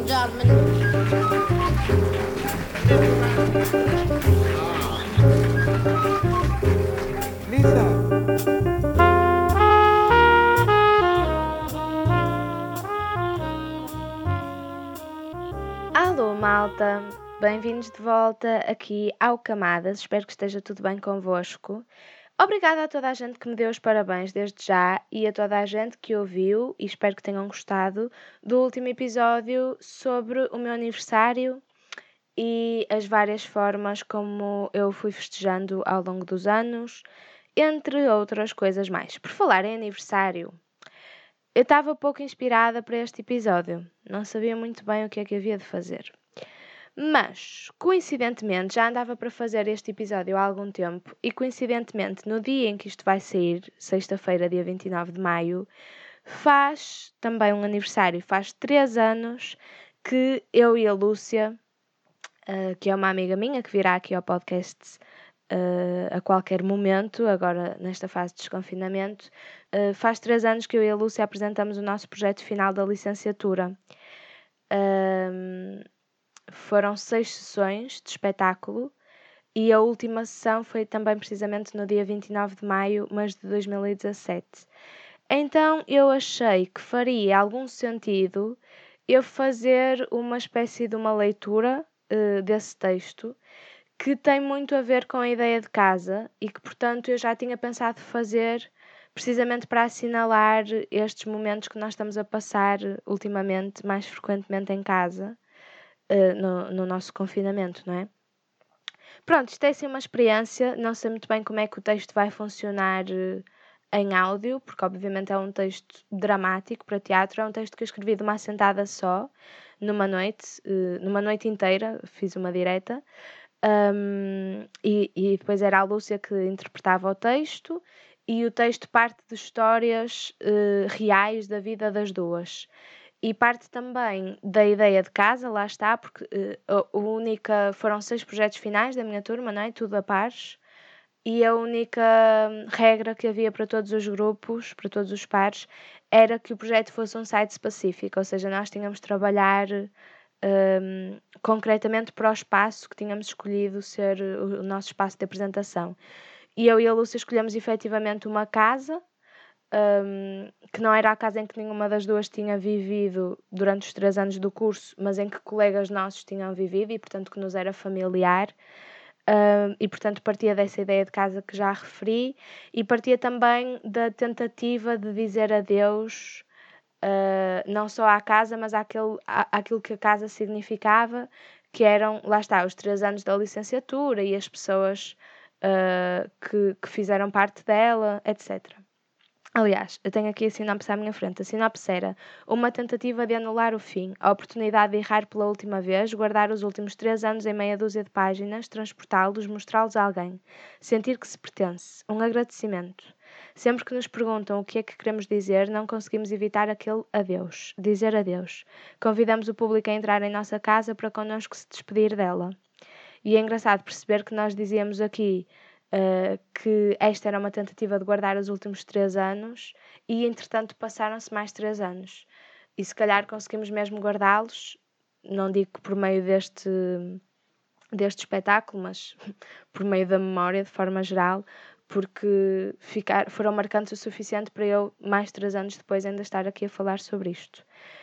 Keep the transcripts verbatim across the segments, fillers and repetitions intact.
Lisa. Alô, malta! Bem-vindos de volta aqui ao Camadas. Espero que esteja tudo bem convosco. Obrigada a toda a gente que me deu os parabéns desde já e a toda a gente que ouviu e espero que tenham gostado do último episódio sobre o meu aniversário e as várias formas como eu fui festejando ao longo dos anos, entre outras coisas mais. Por falar em aniversário, eu estava pouco inspirada para este episódio, não sabia muito bem o que é que havia de fazer. Mas, coincidentemente, já andava para fazer este episódio há algum tempo e, coincidentemente, no dia em que isto vai sair, sexta-feira, dia vinte e nove de maio, faz também um aniversário, faz três anos que eu e a Lúcia, uh, que é uma amiga minha que virá aqui ao podcast uh, a qualquer momento, agora nesta fase de desconfinamento, uh, faz três anos que eu e a Lúcia apresentamos o nosso projeto final da licenciatura. Um, Foram seis sessões de espetáculo e a última sessão foi também precisamente no dia vinte e nove de maio, mas de dois mil e dezassete. Então eu achei que faria algum sentido eu fazer uma espécie de uma leitura uh, desse texto que tem muito a ver com a ideia de casa e que, portanto, eu já tinha pensado fazer precisamente para assinalar estes momentos que nós estamos a passar ultimamente, mais frequentemente em casa. Uh, no, no nosso confinamento, não é? Pronto, isto é assim uma experiência, não sei muito bem como é que o texto vai funcionar uh, em áudio, porque obviamente é um texto dramático para teatro, é um texto que eu escrevi de uma assentada só, numa noite, uh, numa noite inteira, fiz uma direta, um, e, e depois era a Lúcia que interpretava o texto, e o texto parte de histórias uh, reais da vida das duas. E parte também da ideia de casa, lá está, porque uh, a única, foram seis projetos finais da minha turma, não é? Tudo a pares. E a única regra que havia para todos os grupos, para todos os pares, era que o projeto fosse um site específico, ou seja, nós tínhamos de trabalhar um, concretamente para o espaço que tínhamos escolhido ser o nosso espaço de apresentação. E eu e a Lúcia escolhemos efetivamente uma casa, Um, que não era a casa em que nenhuma das duas tinha vivido durante os três anos do curso, mas em que colegas nossos tinham vivido e, portanto, que nos era familiar. Um, e, portanto, partia dessa ideia de casa que já referi e partia também da tentativa de dizer adeus uh, não só à casa, mas àquele, à, àquilo que a casa significava, que eram, lá está, os três anos da licenciatura e as pessoas uh, que, que fizeram parte dela, etcétera. Aliás, eu tenho aqui a sinopse à minha frente. A sinopse era uma tentativa de anular o fim, a oportunidade de errar pela última vez, guardar os últimos três anos em meia dúzia de páginas, transportá-los, mostrá-los a alguém, sentir que se pertence, um agradecimento. Sempre que nos perguntam o que é que queremos dizer, não conseguimos evitar aquele adeus, dizer adeus. Convidamos o público a entrar em nossa casa para connosco se despedir dela. E é engraçado perceber que nós dizíamos aqui Uh, que esta era uma tentativa de guardar os últimos três anos e, entretanto, passaram-se mais três anos. E se calhar conseguimos mesmo guardá-los, não digo que por meio deste, deste espetáculo, mas por meio da memória, de forma geral, porque ficar, foram marcantes o suficiente para eu, mais três anos depois, ainda estar aqui a falar sobre isto.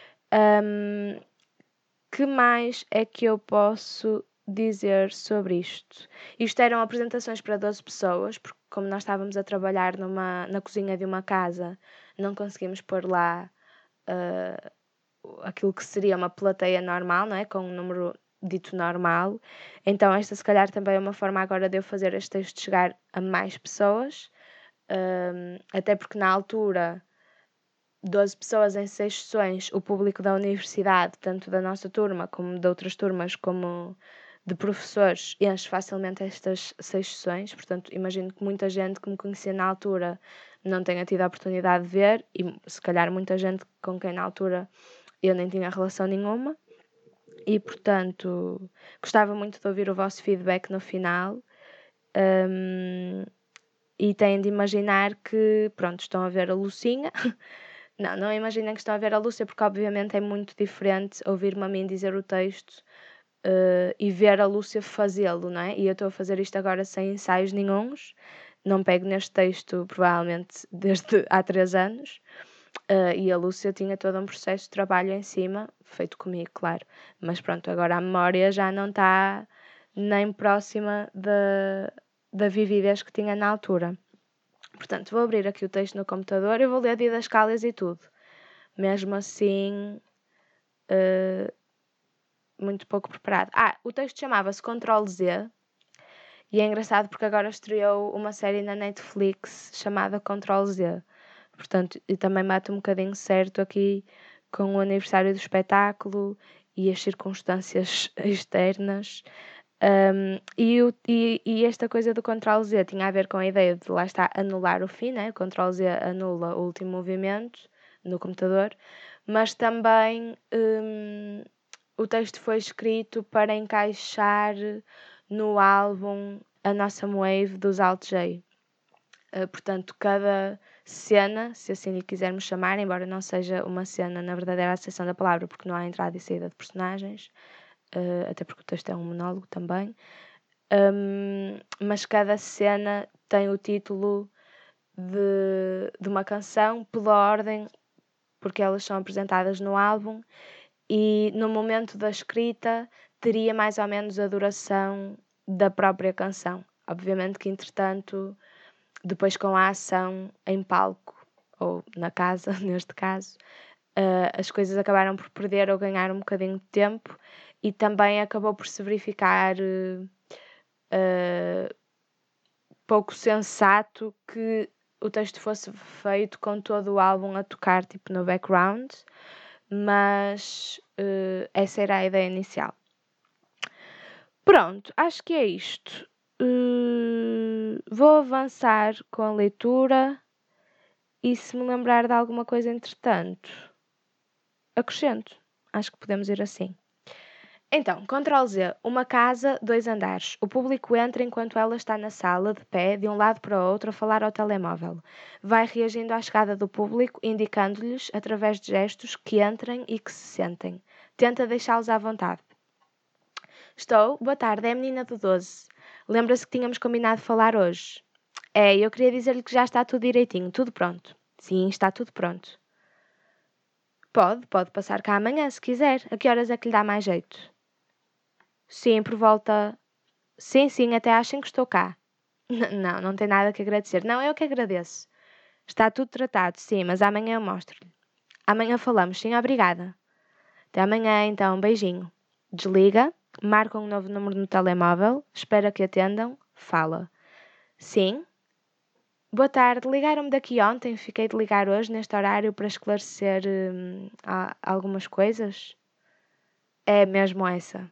Um, que mais é que eu posso dizer sobre isto? Isto eram apresentações para doze pessoas, porque como nós estávamos a trabalhar numa, na cozinha de uma casa, não conseguimos pôr lá uh, aquilo que seria uma plateia normal, não é? Com um número dito normal. Então esta se calhar também é uma forma agora de eu fazer este texto chegar a mais pessoas, um, até porque na altura doze pessoas em seis sessões, o público da universidade, tanto da nossa turma como de outras turmas, como de professores, enche facilmente estas seis sessões. Portanto, imagino que muita gente que me conhecia na altura não tenha tido a oportunidade de ver e se calhar muita gente com quem na altura eu nem tinha relação nenhuma. E, portanto, gostava muito de ouvir o vosso feedback no final. Um, e têm de imaginar que, pronto, estão a ver a Lucinha, Não, não imaginem que estão a ver a Lúcia, porque obviamente é muito diferente ouvir-me a mim dizer o texto uh, e ver a Lúcia fazê-lo, não é? E eu estou a fazer isto agora sem ensaios nenhuns, não pego neste texto provavelmente desde há três anos, uh, e a Lúcia tinha todo um processo de trabalho em cima, feito comigo, claro. Mas pronto, agora a memória já não está nem próxima da, da vividez que tinha na altura. Portanto, vou abrir aqui o texto no computador e vou ler didascálias e tudo. Mesmo assim, uh, muito pouco preparado. Ah, o texto chamava-se control Z e é engraçado porque agora estreou uma série na Netflix chamada control Z. Portanto, e também bate um bocadinho certo aqui com o aniversário do espetáculo e as circunstâncias externas. Um, e, o, e, e esta coisa do control Z tinha a ver com a ideia de, lá está, anular o fim, né? Control Z anula o último movimento no computador, mas também um, o texto foi escrito para encaixar no álbum A Nossa Wave dos Alt J. Uh, portanto, cada cena, se assim lhe quisermos chamar, embora não seja uma cena na verdadeira acessão da palavra, porque não há entrada e saída de personagens, Uh, até porque o texto é um monólogo também, um, mas cada cena tem o título de, de uma canção pela ordem porque elas são apresentadas no álbum e no momento da escrita teria mais ou menos a duração da própria canção. Obviamente que entretanto, depois com a ação em palco ou na casa, neste caso, uh, as coisas acabaram por perder ou ganhar um bocadinho de tempo. E também acabou por se verificar uh, uh, pouco sensato que o texto fosse feito com todo o álbum a tocar tipo no background, mas uh, essa era a ideia inicial. Pronto, acho que é isto. Uh, vou avançar com a leitura e se me lembrar de alguma coisa entretanto, acrescento. Acho que podemos ir assim. Então, control Z. Uma casa, dois andares. O público entra enquanto ela está na sala, de pé, de um lado para o outro, a falar ao telemóvel. Vai reagindo à chegada do público, indicando-lhes, através de gestos, que entrem e que se sentem. Tenta deixá-los à vontade. Estou. Boa tarde, é a menina do doze. Lembra-se que tínhamos combinado falar hoje? É, eu queria dizer-lhe que já está tudo direitinho, tudo pronto. Sim, está tudo pronto. Pode, pode passar cá amanhã, se quiser. A que horas é que lhe dá mais jeito? Sim, por volta... Sim, sim, até achem que estou cá. Não, não tem nada que agradecer. Não, eu que agradeço. Está tudo tratado, sim, mas amanhã eu mostro-lhe. Amanhã falamos, sim, obrigada. Até amanhã, então, beijinho. Desliga, marca um novo número no telemóvel, espera que atendam, fala. Sim? Boa tarde, ligaram-me daqui ontem, fiquei de ligar hoje, neste horário, para esclarecer hum, algumas coisas. É mesmo essa.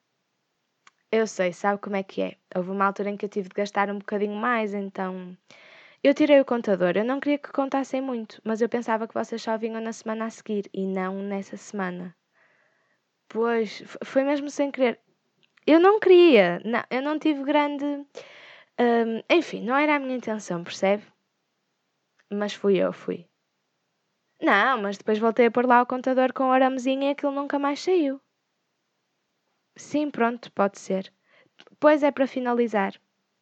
Eu sei, sabe como é que é? Houve uma altura em que eu tive de gastar um bocadinho mais, então... Eu tirei o contador, eu não queria que contassem muito, mas eu pensava que vocês só vinham na semana a seguir, e não nessa semana. Pois, foi mesmo sem querer. Eu não queria, não, eu não tive grande... hum, enfim, não era a minha intenção, percebe? Mas fui eu, fui. Não, mas depois voltei a pôr lá o contador com o aramezinho e aquilo nunca mais saiu. Sim, pronto, pode ser. Pois é para finalizar.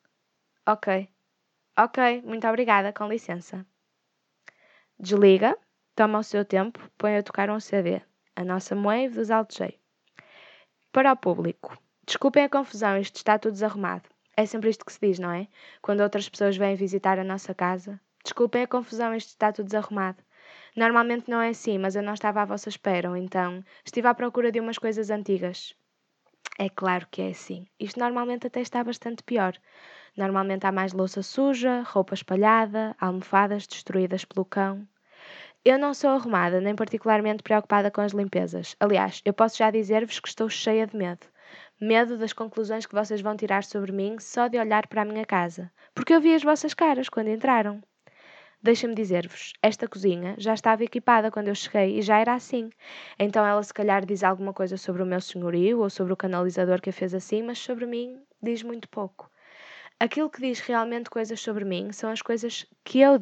Ok. Ok, muito obrigada, com licença. Desliga, toma o seu tempo, põe a tocar um C D. A Nossa Wave dos Alt J. Para o público. Desculpem a confusão, isto está tudo desarrumado. É sempre isto que se diz, não é? Quando outras pessoas vêm visitar a nossa casa. Desculpem a confusão, isto está tudo desarrumado. Normalmente não é assim, mas eu não estava à vossa espera, então estive à procura de umas coisas antigas. É claro que é assim. Isto normalmente até está bastante pior. Normalmente há mais louça suja, roupa espalhada, almofadas destruídas pelo cão. Eu não sou arrumada, nem particularmente preocupada com as limpezas. Aliás, eu posso já dizer-vos que estou cheia de medo. Medo das conclusões que vocês vão tirar sobre mim só de olhar para a minha casa. Porque eu vi as vossas caras quando entraram. Deixem-me dizer-vos, esta cozinha já estava equipada quando eu cheguei e já era assim. Então ela se calhar diz alguma coisa sobre o meu senhorio ou sobre o canalizador que a fez assim, mas sobre mim diz muito pouco. Aquilo que diz realmente coisas sobre mim são as coisas que eu digo.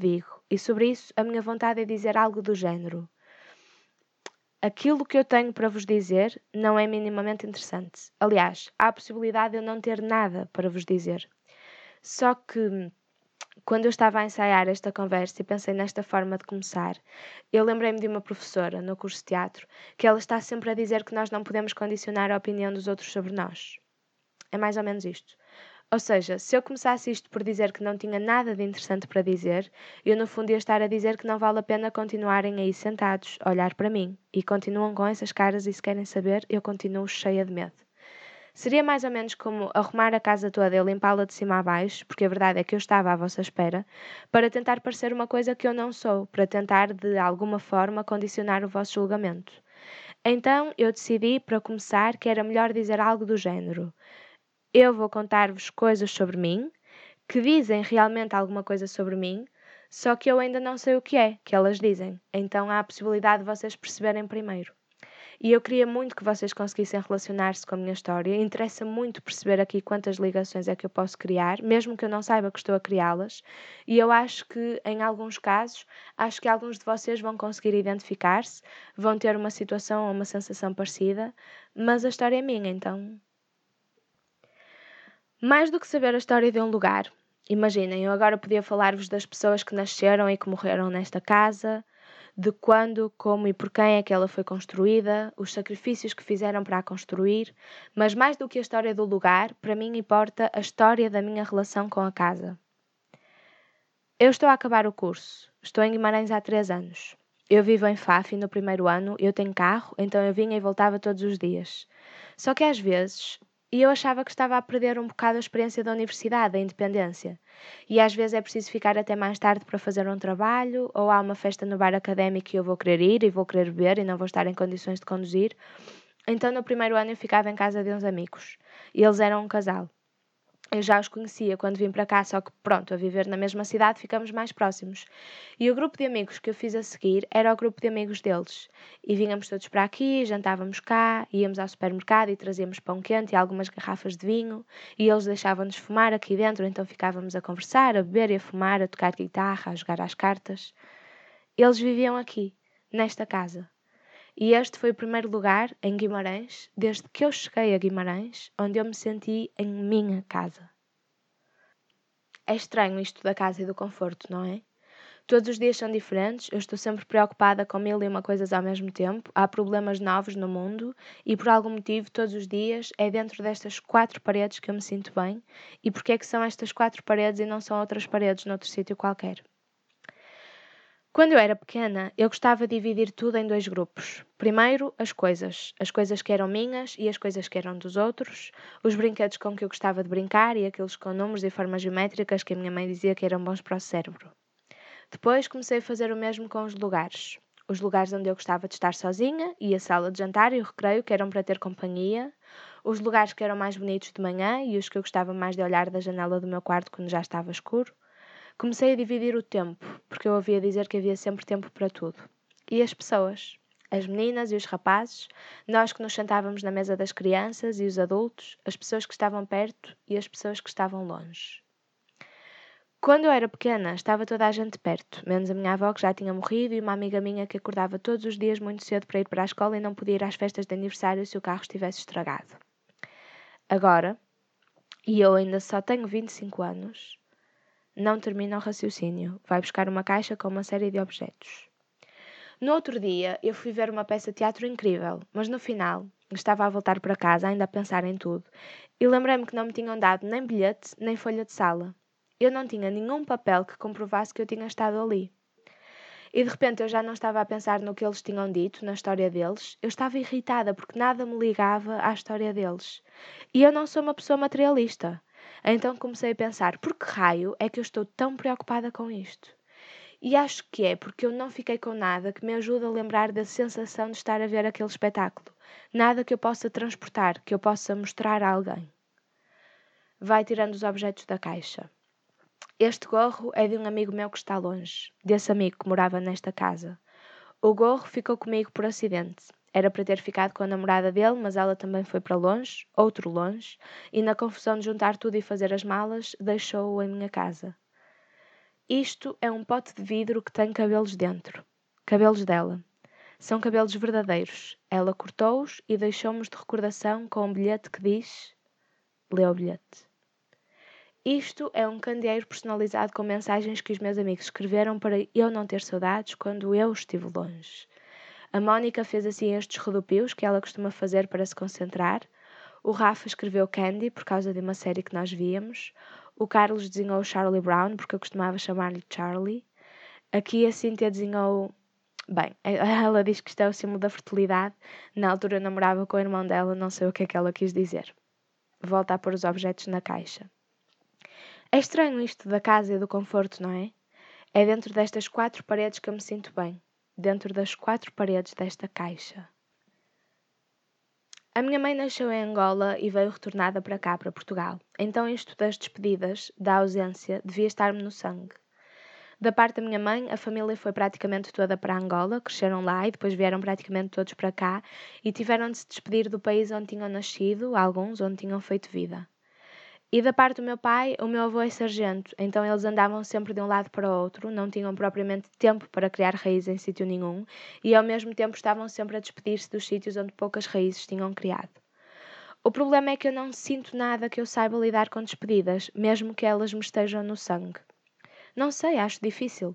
e sobre isso a minha vontade é dizer algo do género: aquilo que eu tenho para vos dizer não é minimamente interessante. Aliás, há a possibilidade de eu não ter nada para vos dizer. Só que, quando eu estava a ensaiar esta conversa e pensei nesta forma de começar, eu lembrei-me de uma professora no curso de teatro que ela está sempre a dizer que nós não podemos condicionar a opinião dos outros sobre nós. É mais ou menos isto. Ou seja, se eu começasse isto por dizer que não tinha nada de interessante para dizer, eu no fundo ia estar a dizer que não vale a pena continuarem aí sentados, a olhar para mim, e continuam com essas caras e se querem saber, eu continuo cheia de medo. Seria mais ou menos como arrumar a casa toda e limpá-la de cima a baixo, porque a verdade é que eu estava à vossa espera, para tentar parecer uma coisa que eu não sou, para tentar de alguma forma condicionar o vosso julgamento. Então eu decidi, para começar, que era melhor dizer algo do género: eu vou contar-vos coisas sobre mim, que dizem realmente alguma coisa sobre mim, só que eu ainda não sei o que é que elas dizem. Então há a possibilidade de vocês perceberem primeiro. E eu queria muito que vocês conseguissem relacionar-se com a minha história. Interessa muito perceber aqui quantas ligações é que eu posso criar, mesmo que eu não saiba que estou a criá-las. E eu acho que, em alguns casos, acho que alguns de vocês vão conseguir identificar-se, vão ter uma situação ou uma sensação parecida, mas a história é minha, então. Mais do que saber a história de um lugar, imaginem, eu agora podia falar-vos das pessoas que nasceram e que morreram nesta casa, de quando, como e por quem é que ela foi construída, os sacrifícios que fizeram para a construir, mas mais do que a história do lugar, para mim importa a história da minha relação com a casa. Eu estou a acabar o curso, estou em Guimarães há três anos. Eu vivo em Faf e no primeiro ano eu tenho carro, então eu vinha e voltava todos os dias. Só que às vezes, e eu achava que estava a perder um bocado a experiência da universidade, a independência. E às vezes é preciso ficar até mais tarde para fazer um trabalho, ou há uma festa no bar académico e eu vou querer ir e vou querer beber e não vou estar em condições de conduzir. Então no primeiro ano eu ficava em casa de uns amigos. E eles eram um casal. Eu já os conhecia quando vim para cá, só que pronto, a viver na mesma cidade ficamos mais próximos. E o grupo de amigos que eu fiz a seguir era o grupo de amigos deles. E vínhamos todos para aqui, jantávamos cá, íamos ao supermercado e trazíamos pão quente e algumas garrafas de vinho. E eles deixavam-nos fumar aqui dentro, então ficávamos a conversar, a beber e a fumar, a tocar guitarra, a jogar às cartas. Eles viviam aqui, nesta casa. E este foi o primeiro lugar, em Guimarães, desde que eu cheguei a Guimarães, onde eu me senti em minha casa. É estranho isto da casa e do conforto, não é? Todos os dias são diferentes, eu estou sempre preocupada com mil e uma coisas ao mesmo tempo, há problemas novos no mundo e por algum motivo todos os dias é dentro destas quatro paredes que eu me sinto bem. E porque é que são estas quatro paredes e não são outras paredes noutro sítio qualquer? Quando eu era pequena, eu gostava de dividir tudo em dois grupos. Primeiro, as coisas. As coisas que eram minhas e as coisas que eram dos outros. Os brinquedos com que eu gostava de brincar e aqueles com números e formas geométricas que a minha mãe dizia que eram bons para o cérebro. Depois comecei a fazer o mesmo com os lugares. Os lugares onde eu gostava de estar sozinha e a sala de jantar e o recreio, que eram para ter companhia. Os lugares que eram mais bonitos de manhã e os que eu gostava mais de olhar da janela do meu quarto quando já estava escuro. Comecei a dividir o tempo, porque eu ouvia dizer que havia sempre tempo para tudo. E as pessoas, as meninas e os rapazes, nós que nos sentávamos na mesa das crianças e os adultos, as pessoas que estavam perto e as pessoas que estavam longe. Quando eu era pequena, estava toda a gente perto, menos a minha avó que já tinha morrido e uma amiga minha que acordava todos os dias muito cedo para ir para a escola e não podia ir às festas de aniversário se o carro estivesse estragado. Agora, e eu ainda só tenho vinte e cinco anos, não termina o raciocínio. Vai buscar uma caixa com uma série de objetos. No outro dia, eu fui ver uma peça de teatro incrível, mas no final, estava a voltar para casa, ainda a pensar em tudo, e lembrei-me que não me tinham dado nem bilhete, nem folha de sala. Eu não tinha nenhum papel que comprovasse que eu tinha estado ali. E de repente eu já não estava a pensar no que eles tinham dito, na história deles. Eu estava irritada porque nada me ligava à história deles. E eu não sou uma pessoa materialista. Então comecei a pensar, por que raio é que eu estou tão preocupada com isto? E acho que é porque eu não fiquei com nada que me ajude a lembrar da sensação de estar a ver aquele espetáculo. Nada que eu possa transportar, que eu possa mostrar a alguém. Vai tirando os objetos da caixa. Este gorro é de um amigo meu que está longe, desse amigo que morava nesta casa. O gorro ficou comigo por acidente. Era para ter ficado com a namorada dele, mas ela também foi para longe, outro longe, e na confusão de juntar tudo e fazer as malas, deixou-o em minha casa. Isto é um pote de vidro que tem cabelos dentro. Cabelos dela. São cabelos verdadeiros. Ela cortou-os e deixou-me de recordação com um bilhete que diz... Lê o bilhete. Isto é um candeeiro personalizado com mensagens que os meus amigos escreveram para eu não ter saudades quando eu estive longe. A Mónica fez assim estes rodopios que ela costuma fazer para se concentrar. O Rafa escreveu Candy por causa de uma série que nós víamos. O Carlos desenhou Charlie Brown porque eu costumava chamar-lhe Charlie. Aqui a Cíntia desenhou... Bem, ela diz que isto é o símbolo da fertilidade. Na altura eu namorava com o irmão dela, não sei o que é que ela quis dizer. Volta a pôr os objetos na caixa. É estranho isto da casa e do conforto, não é? É dentro destas quatro paredes que eu me sinto bem. Dentro das quatro paredes desta caixa. A minha mãe nasceu em Angola e veio retornada para cá, para Portugal. Então isto das despedidas, da ausência, devia estar-me no sangue. Da parte da minha mãe, a família foi praticamente toda para Angola, cresceram lá e depois vieram praticamente todos para cá e tiveram de se despedir do país onde tinham nascido, alguns onde tinham feito vida. E da parte do meu pai, o meu avô é sargento, então eles andavam sempre de um lado para o outro, não tinham propriamente tempo para criar raízes em sítio nenhum e ao mesmo tempo estavam sempre a despedir-se dos sítios onde poucas raízes tinham criado. O problema é que eu não sinto nada que eu saiba lidar com despedidas, mesmo que elas me estejam no sangue. Não sei, acho difícil.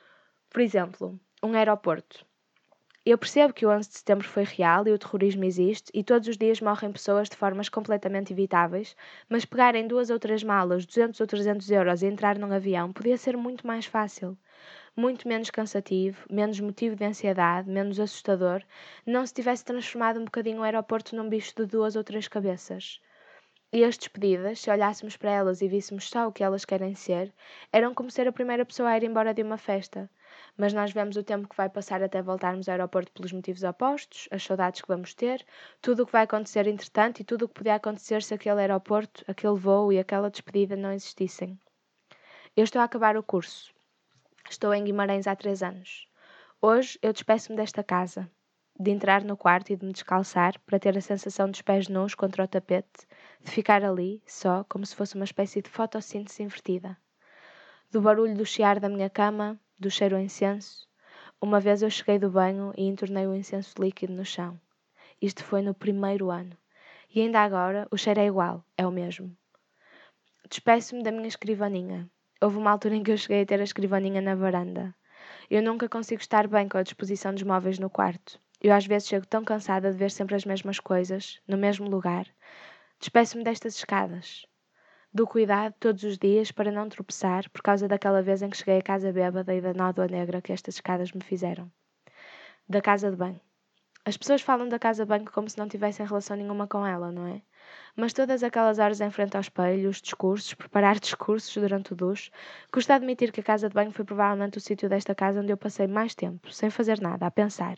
Por exemplo, um aeroporto. Eu percebo que o onze de setembro foi real e o terrorismo existe e todos os dias morrem pessoas de formas completamente evitáveis, mas pegarem duas ou três malas, duzentos ou trezentos euros e entrar num avião podia ser muito mais fácil. Muito menos cansativo, menos motivo de ansiedade, menos assustador, não se tivesse transformado um bocadinho o aeroporto num bicho de duas ou três cabeças. E as despedidas, se olhássemos para elas e víssemos só o que elas querem ser, eram como ser a primeira pessoa a ir embora de uma festa. Mas nós vemos o tempo que vai passar até voltarmos ao aeroporto pelos motivos opostos, as saudades que vamos ter, tudo o que vai acontecer entretanto e tudo o que podia acontecer se aquele aeroporto, aquele voo e aquela despedida não existissem. Eu estou a acabar o curso. Estou em Guimarães há três anos. Hoje eu despeço-me desta casa, de entrar no quarto e de me descalçar para ter a sensação dos pés nus contra o tapete, de ficar ali, só, como se fosse uma espécie de fotossíntese invertida. Do barulho do chiar da minha cama, do cheiro a incenso. Uma vez eu cheguei do banho e entornei o incenso líquido no chão. Isto foi no primeiro ano. E ainda agora o cheiro é igual, é o mesmo. Despeço-me da minha escrivaninha. Houve uma altura em que eu cheguei a ter a escrivaninha na varanda. Eu nunca consigo estar bem com a disposição dos móveis no quarto. Eu às vezes chego tão cansada de ver sempre as mesmas coisas, no mesmo lugar. Despeço-me destas escadas. Do cuidado todos os dias para não tropeçar por causa daquela vez em que cheguei a casa bêbada e da nódoa negra que estas escadas me fizeram. Da casa de banho. As pessoas falam da casa de banho como se não tivessem relação nenhuma com ela, não é? Mas todas aquelas horas em frente ao espelho, os discursos, preparar discursos durante o duche, custa admitir que a casa de banho foi provavelmente o sítio desta casa onde eu passei mais tempo, sem fazer nada, a pensar.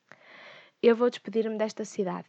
Eu vou despedir-me desta cidade.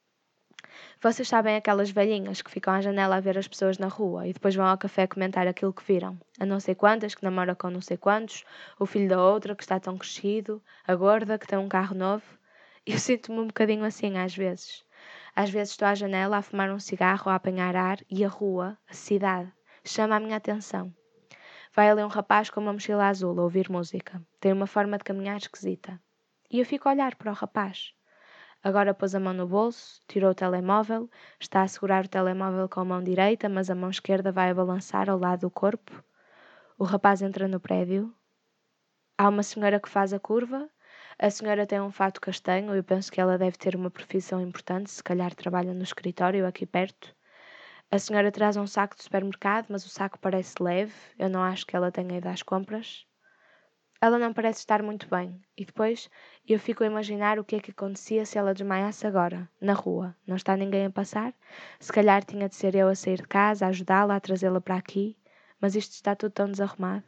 Vocês sabem aquelas velhinhas que ficam à janela a ver as pessoas na rua e depois vão ao café comentar aquilo que viram? A não sei quantas que namora com não sei quantos, o filho da outra que está tão crescido, a gorda que tem um carro novo. Eu sinto-me um bocadinho assim às vezes. Às vezes estou à janela a fumar um cigarro, a apanhar ar e a rua, a cidade, chama a minha atenção. Vai ali um rapaz com uma mochila azul a ouvir música. Tem uma forma de caminhar esquisita. E eu fico a olhar para o rapaz. Agora pôs a mão no bolso, tirou o telemóvel, está a segurar o telemóvel com a mão direita, mas a mão esquerda vai a balançar ao lado do corpo. O rapaz entra no prédio. Há uma senhora que faz a curva. A senhora tem um fato castanho e eu penso que ela deve ter uma profissão importante, se calhar trabalha no escritório aqui perto. A senhora traz um saco de supermercado, mas o saco parece leve, eu não acho que ela tenha ido às compras. Ela não parece estar muito bem, e depois eu fico a imaginar o que é que acontecia se ela desmaiasse agora, na rua. Não está ninguém a passar? Se calhar tinha de ser eu a sair de casa, a ajudá-la, a trazê-la para aqui, mas isto está tudo tão desarrumado.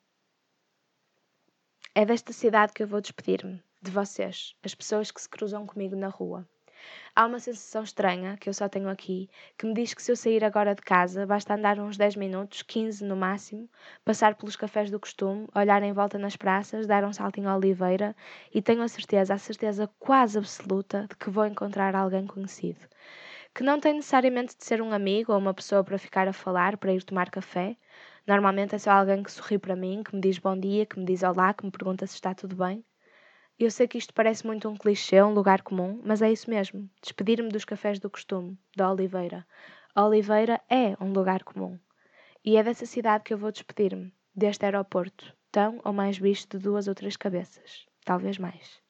É desta cidade que eu vou despedir-me, de vocês, as pessoas que se cruzam comigo na rua. Há uma sensação estranha, que eu só tenho aqui, que me diz que se eu sair agora de casa, basta andar uns dez minutos, quinze no máximo, passar pelos cafés do costume, olhar em volta nas praças, dar um saltinho à oliveira e tenho a certeza, a certeza quase absoluta de que vou encontrar alguém conhecido. Que não tem necessariamente de ser um amigo ou uma pessoa para ficar a falar, para ir tomar café. Normalmente é só alguém que sorri para mim, que me diz bom dia, que me diz olá, que me pergunta se está tudo bem. Eu sei que isto parece muito um clichê, um lugar comum, mas é isso mesmo. Despedir-me dos cafés do costume, da Oliveira. A Oliveira é um lugar comum. E é dessa cidade que eu vou despedir-me, deste aeroporto, tão ou mais visto de duas ou três cabeças. Talvez mais.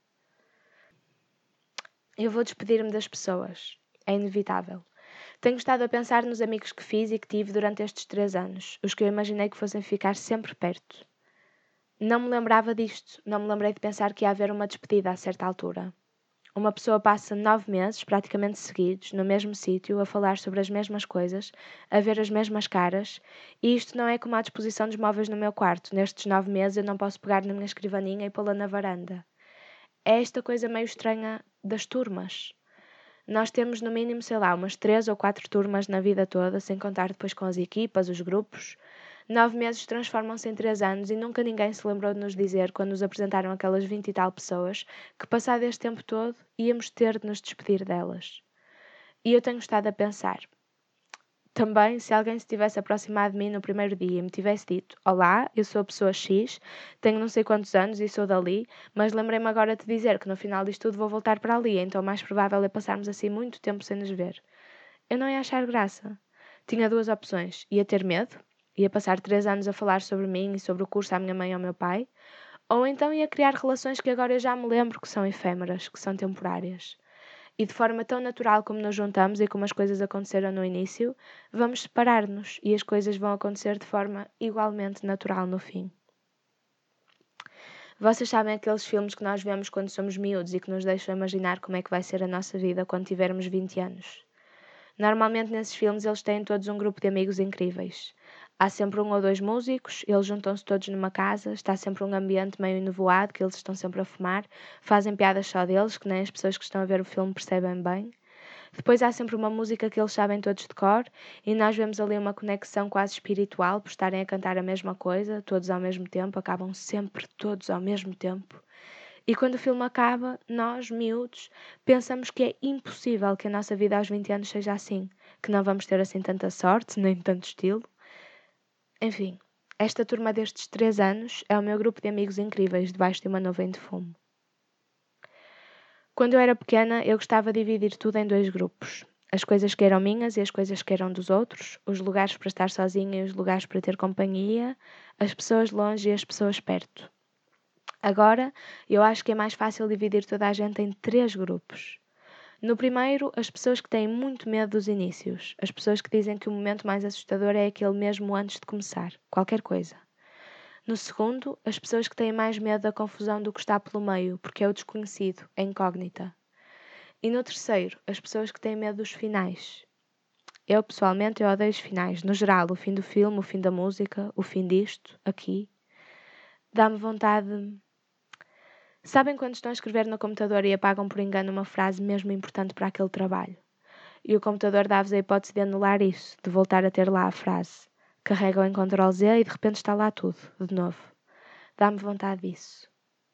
Eu vou despedir-me das pessoas. É inevitável. Tenho estado a pensar nos amigos que fiz e que tive durante estes três anos, os que eu imaginei que fossem ficar sempre perto. Não me lembrava disto, não me lembrei de pensar que ia haver uma despedida a certa altura. Uma pessoa passa nove meses, praticamente seguidos, no mesmo sítio, a falar sobre as mesmas coisas, a ver as mesmas caras, e isto não é como a disposição dos móveis no meu quarto. Nestes nove meses eu não posso pegar na minha escrivaninha e pô-la na varanda. É esta coisa meio estranha das turmas. Nós temos no mínimo, sei lá, umas três ou quatro turmas na vida toda, sem contar depois com as equipas, os grupos. Nove meses transformam-se em três anos e nunca ninguém se lembrou de nos dizer, quando nos apresentaram aquelas vinte e tal pessoas, que passado este tempo todo íamos ter de nos despedir delas. E eu tenho estado a pensar. Também, se alguém se tivesse aproximado de mim no primeiro dia e me tivesse dito: Olá, eu sou a pessoa X, tenho não sei quantos anos e sou dali, mas lembrei-me agora de dizer que no final disto tudo vou voltar para ali, então o mais provável é passarmos assim muito tempo sem nos ver. Eu não ia achar graça. Tinha duas opções. Ia ter medo, ia passar três anos a falar sobre mim e sobre o curso à minha mãe e ao meu pai, ou então ia criar relações que agora eu já me lembro que são efêmeras, que são temporárias. E de forma tão natural como nos juntamos e como as coisas aconteceram no início, vamos separar-nos e as coisas vão acontecer de forma igualmente natural no fim. Vocês sabem aqueles filmes que nós vemos quando somos miúdos e que nos deixam imaginar como é que vai ser a nossa vida quando tivermos vinte anos? Normalmente nesses filmes eles têm todos um grupo de amigos incríveis. Há sempre um ou dois músicos, eles juntam-se todos numa casa, está sempre um ambiente meio enovoado, que eles estão sempre a fumar, fazem piadas só deles, que nem as pessoas que estão a ver o filme percebem bem. Depois há sempre uma música que eles sabem todos de cor e nós vemos ali uma conexão quase espiritual por estarem a cantar a mesma coisa, todos ao mesmo tempo, acabam sempre todos ao mesmo tempo. E quando o filme acaba, nós, miúdos, pensamos que é impossível que a nossa vida aos vinte anos seja assim, que não vamos ter assim tanta sorte, nem tanto estilo. Enfim, esta turma destes três anos é o meu grupo de amigos incríveis debaixo de uma nuvem de fumo. Quando eu era pequena, eu gostava de dividir tudo em dois grupos. As coisas que eram minhas e as coisas que eram dos outros, os lugares para estar sozinha e os lugares para ter companhia, as pessoas longe e as pessoas perto. Agora, eu acho que é mais fácil dividir toda a gente em três grupos. No primeiro, as pessoas que têm muito medo dos inícios. As pessoas que dizem que o momento mais assustador é aquele mesmo antes de começar, qualquer coisa. No segundo, as pessoas que têm mais medo da confusão do que está pelo meio, porque é o desconhecido, a incógnita. E no terceiro, as pessoas que têm medo dos finais. Eu, pessoalmente, eu odeio os finais. No geral, o fim do filme, o fim da música, o fim disto, aqui. Dá-me vontade... Sabem quando estão a escrever no computador e apagam por engano uma frase mesmo importante para aquele trabalho? E o computador dá-vos a hipótese de anular isso, de voltar a ter lá a frase. Carregam em control Z e de repente está lá tudo, de novo. Dá-me vontade disso.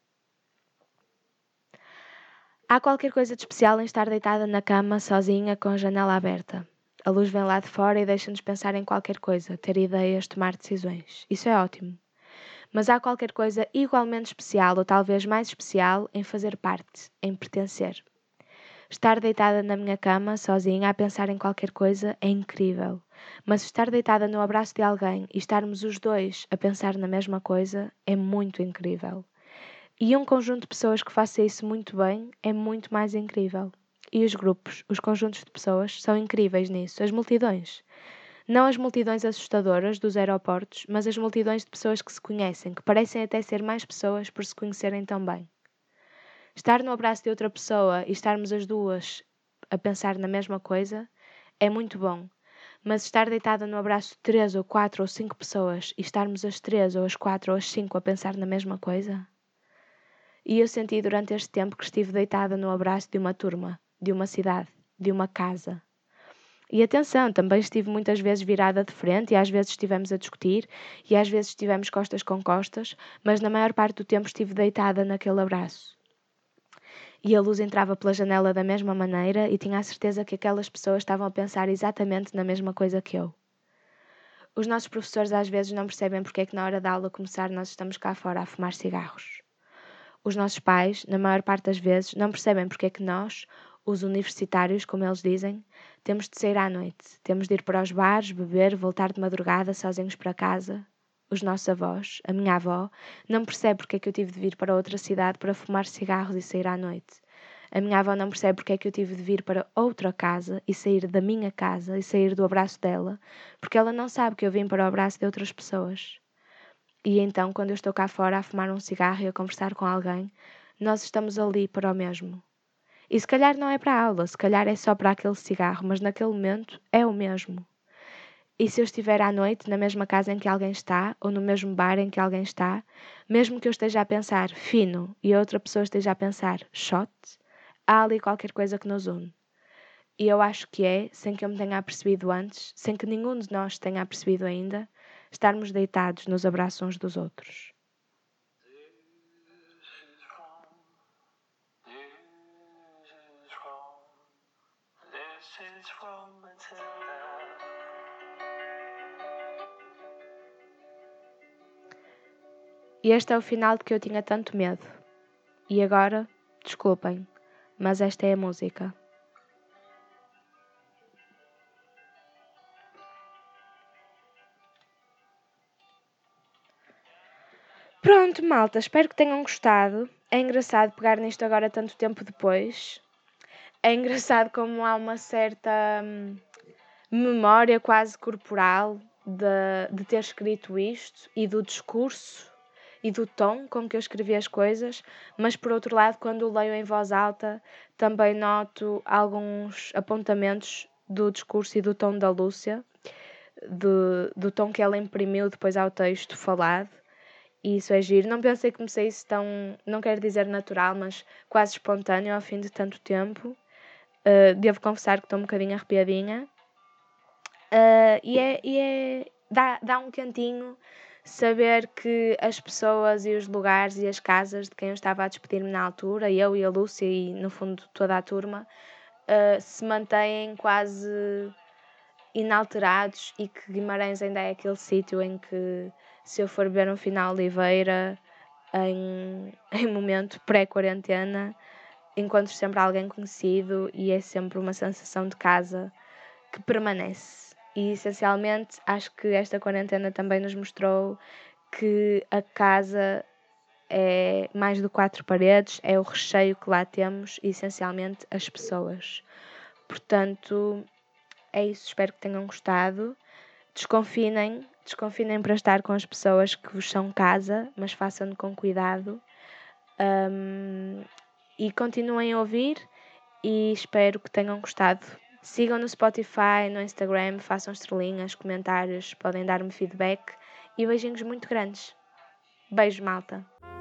Há qualquer coisa de especial em estar deitada na cama, sozinha, com a janela aberta. A luz vem lá de fora e deixa-nos pensar em qualquer coisa, ter ideias, tomar decisões. Isso é ótimo. Mas há qualquer coisa igualmente especial, ou talvez mais especial, em fazer parte, em pertencer. Estar deitada na minha cama, sozinha, a pensar em qualquer coisa, é incrível. Mas estar deitada no abraço de alguém e estarmos os dois a pensar na mesma coisa, é muito incrível. E um conjunto de pessoas que faça isso muito bem, é muito mais incrível. E os grupos, os conjuntos de pessoas, são incríveis nisso, as multidões. Não as multidões assustadoras dos aeroportos, mas as multidões de pessoas que se conhecem, que parecem até ser mais pessoas por se conhecerem tão bem. Estar no abraço de outra pessoa e estarmos as duas a pensar na mesma coisa é muito bom, mas estar deitada no abraço de três ou quatro ou cinco pessoas e estarmos as três ou as quatro ou as cinco a pensar na mesma coisa? E eu senti durante este tempo que estive deitada no abraço de uma turma, de uma cidade, de uma casa. E atenção, também estive muitas vezes virada de frente e às vezes estivemos a discutir e às vezes estivemos costas com costas, mas na maior parte do tempo estive deitada naquele abraço. E a luz entrava pela janela da mesma maneira e tinha a certeza que aquelas pessoas estavam a pensar exatamente na mesma coisa que eu. Os nossos professores às vezes não percebem porque é que na hora da aula começar nós estamos cá fora a fumar cigarros. Os nossos pais, na maior parte das vezes, não percebem porque é que nós, os universitários, como eles dizem, temos de sair à noite, temos de ir para os bares, beber, voltar de madrugada sozinhos para casa. Os nossos avós, a minha avó, não percebe porque é que eu tive de vir para outra cidade para fumar cigarros e sair à noite. A minha avó não percebe porque é que eu tive de vir para outra casa e sair da minha casa e sair do abraço dela, porque ela não sabe que eu vim para o abraço de outras pessoas. E então, quando eu estou cá fora a fumar um cigarro e a conversar com alguém, nós estamos ali para o mesmo. E se calhar não é para a aula, se calhar é só para aquele cigarro, mas naquele momento é o mesmo. E se eu estiver à noite na mesma casa em que alguém está, ou no mesmo bar em que alguém está, mesmo que eu esteja a pensar fino e a outra pessoa esteja a pensar shot, há ali qualquer coisa que nos une. E eu acho que é, sem que eu me tenha apercebido antes, sem que nenhum de nós tenha apercebido ainda, estarmos deitados nos abraços uns dos outros. E este é o final de que eu tinha tanto medo. E agora, desculpem, mas esta é a música. Pronto, malta, espero que tenham gostado. É engraçado pegar nisto agora tanto tempo depois. É engraçado como há uma certa hum, memória quase corporal de, de ter escrito isto e do discurso e do tom com que eu escrevi as coisas, mas por outro lado, quando leio em voz alta, também noto alguns apontamentos do discurso e do tom da Lúcia, do, do tom que ela imprimiu depois ao texto falado. E isso é giro. Não pensei que comecei isso tão, não quero dizer natural, mas quase espontâneo ao fim de tanto tempo. Uh, devo confessar que estou um bocadinho arrepiadinha. Uh, e é, e é dá, dá um cantinho saber que as pessoas e os lugares e as casas de quem eu estava a despedir-me na altura, eu e a Lúcia e no fundo toda a turma, uh, se mantêm quase inalterados e que Guimarães ainda é aquele sítio em que, se eu for beber um final Oliveira em, em momento pré-quarentena, encontro sempre alguém conhecido e é sempre uma sensação de casa que permanece. E essencialmente acho que esta quarentena também nos mostrou que a casa é mais do que quatro paredes, é o recheio que lá temos e essencialmente as pessoas. Portanto, é isso, espero que tenham gostado. Desconfinem, desconfinem para estar com as pessoas que vos são casa, mas façam-no com cuidado. Um, e continuem a ouvir e espero que tenham gostado. Sigam no Spotify, no Instagram, façam estrelinhas, comentários, podem dar-me feedback e beijinhos muito grandes. Beijo, malta!